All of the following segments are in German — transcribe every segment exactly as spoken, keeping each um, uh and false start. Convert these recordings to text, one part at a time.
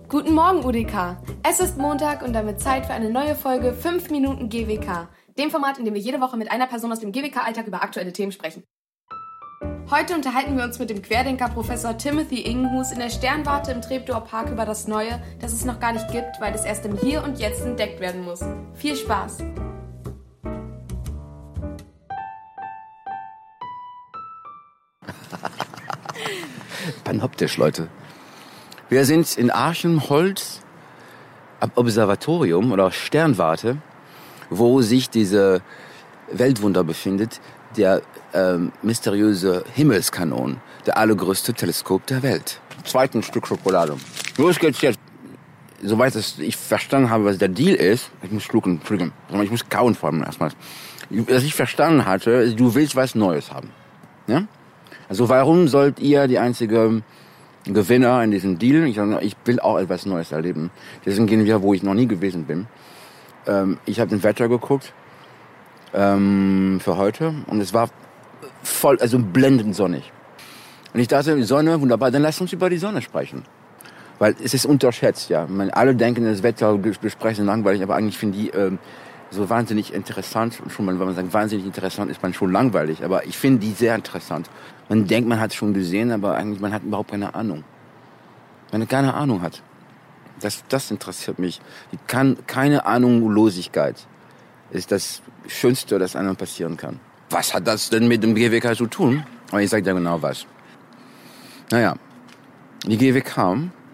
Guten Morgen, U D K. Es ist Montag und damit Zeit für eine neue Folge fünf Minuten G W K, dem Format, in dem wir jede Woche mit einer Person aus dem G W K-Alltag über aktuelle Themen sprechen. Heute unterhalten wir uns mit dem Querdenker Professor Timothy Ingenhus in der Sternwarte im Treptower Park über das Neue, das es noch gar nicht gibt, weil es erst im Hier und Jetzt entdeckt werden muss. Viel Spaß! Panoptisch, Leute. Wir sind in Archenholz am Observatorium oder Sternwarte, wo sich diese Weltwunder befindet, der ähm, mysteriöse Himmelskanon, der allergrößte Teleskop der Welt. Zweiten Stück Schokolade. Los geht's jetzt. Soweit ich verstanden habe, was der Deal ist, ich muss schlucken, Entschuldigung, ich muss kauen vor allem erstmal. Was ich verstanden hatte, du willst was Neues haben. Ja? Also warum sollt ihr die einzige Gewinner in diesem Deal? Ich sage, ich will auch etwas Neues erleben. Deswegen gehen wir, wo ich noch nie gewesen bin. Ähm, ich habe den Wetter geguckt ähm, für heute und es war voll, also blendend sonnig. Und ich dachte, die Sonne, wunderbar, dann lass uns über die Sonne sprechen. Weil es ist unterschätzt, ja. Man, alle denken, das Wetter besprechen langweilig, aber eigentlich finde ich ähm, so wahnsinnig interessant. Schon mal, wenn man sagt, wahnsinnig interessant, ist man schon langweilig. Aber ich finde die sehr interessant. Man denkt, man hat es schon gesehen, aber eigentlich man hat überhaupt keine Ahnung. Wenn man keine Ahnung hat. Das, das interessiert mich. Die kann, keine Ahnungslosigkeit ist das Schönste, das einem passieren kann. Was hat das denn mit dem G W K zu tun? Aber ich sage dir genau was. Naja, die G W K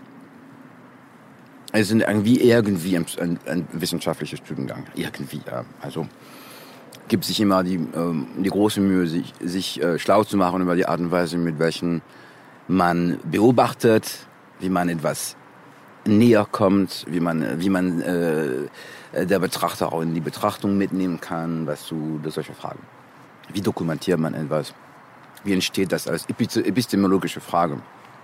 es sind irgendwie irgendwie ein, ein, ein wissenschaftlicher Studiengang. Irgendwie, ja. Also gibt sich immer die, ähm, die große Mühe, sich, sich äh, schlau zu machen über die Art und Weise, mit welchen man beobachtet, wie man etwas näher kommt, wie man, wie man äh, der Betrachter auch in die Betrachtung mitnehmen kann, weißt du, solche Fragen. Wie dokumentiert man etwas? Wie entsteht das als epistemologische Frage?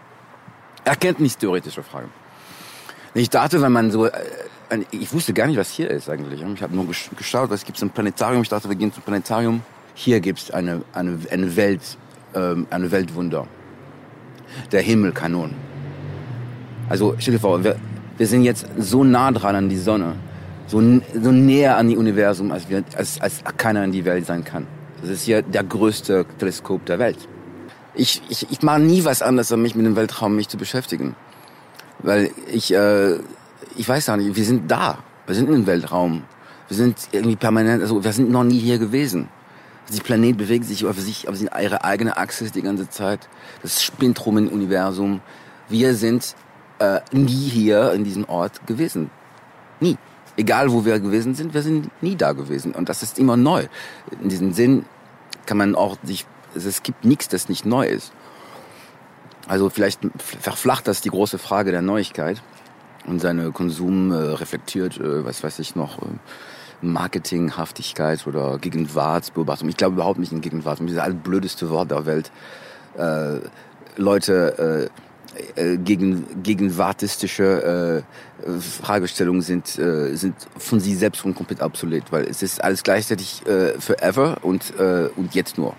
Erkenntnistheoretische Frage. Ich dachte, wenn man so, ich wusste gar nicht, was hier ist eigentlich. Ich habe nur geschaut, was gibt's im Planetarium. Ich dachte, wir gehen zum Planetarium. Hier gibt's eine eine eine Welt, ähm, eine Weltwunder. Der Himmelskanon. Also stell dir vor, wir, wir sind jetzt so nah dran an die Sonne, so so näher an die Universum, als wir als als keiner in die Welt sein kann. Das ist hier der größte Teleskop der Welt. Ich ich ich mache nie was anderes, als mich mit dem Weltraum mich zu beschäftigen. Weil ich, äh, ich weiß ja nicht, wir sind da. Wir sind im Weltraum. Wir sind irgendwie permanent, also wir sind noch nie hier gewesen. Der Planet bewegt sich auf sich, auf ihre eigene Achse die ganze Zeit. Das spinnt rum im Universum. Wir sind äh, nie hier in diesem Ort gewesen. Nie. Egal wo wir gewesen sind, wir sind nie da gewesen. Und das ist immer neu. In diesem Sinn kann man auch sich, es gibt nichts, das nicht neu ist. Also vielleicht verflacht das die große Frage der Neuigkeit und seine Konsum äh, reflektiert, äh, was weiß ich noch, äh, Marketinghaftigkeit oder Gegenwartsbeobachtung. Ich glaube überhaupt nicht in Gegenwart. Das ist das blödeste Wort der Welt. Äh, Leute, äh, äh, gegen, gegenwartistische äh, Fragestellungen sind, äh, sind von sie selbst schon komplett obsolet, weil es ist alles gleichzeitig äh, forever und, äh, und jetzt nur.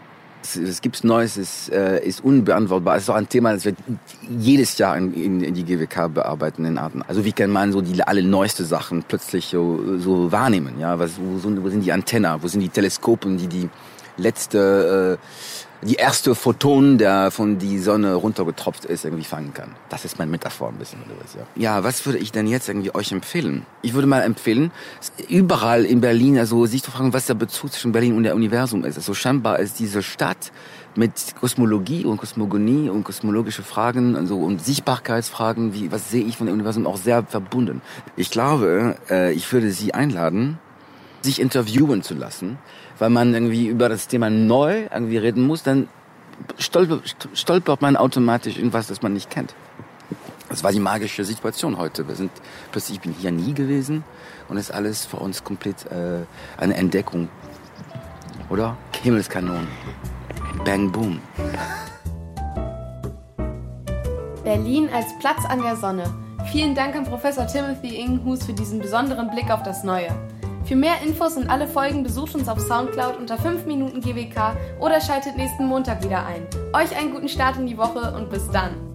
Es gibt Neues, es äh, ist unbeantwortbar. Es ist auch ein Thema, das wir jedes Jahr in, in, in die G W K bearbeiten in Arten. Also wie kann man so die alle neueste Sachen plötzlich so, so wahrnehmen? Ja, was, wo, sind, wo sind die Antennen? Wo sind die Teleskopen, die die letzte, äh, die erste Photon, der von die Sonne runtergetropft ist, irgendwie fangen kann? Das ist mein Metaphor ein bisschen oder was, ja. Ja, was würde ich denn jetzt irgendwie euch empfehlen? Ich würde mal empfehlen, überall in Berlin, also sich zu fragen, was der Bezug zwischen Berlin und der Universum ist. Also scheinbar ist diese Stadt mit Kosmologie und Kosmogonie und kosmologische Fragen also und Sichtbarkeitsfragen, wie was sehe ich von dem Universum, auch sehr verbunden. Ich glaube, äh, ich würde Sie einladen, sich interviewen zu lassen, weil man irgendwie über das Thema neu irgendwie reden muss, dann stolpert, stolpert man automatisch in was, das man nicht kennt. Das war die magische Situation heute. Wir sind plötzlich, ich bin hier nie gewesen und ist alles für uns komplett äh, eine Entdeckung, oder? Himmelskanon, Bang Boom. Berlin als Platz an der Sonne. Vielen Dank an Professor Timothy Ingenhus für diesen besonderen Blick auf das Neue. Für mehr Infos und alle Folgen besucht uns auf Soundcloud unter fünf Minuten G W K oder schaltet nächsten Montag wieder ein. Euch einen guten Start in die Woche und bis dann!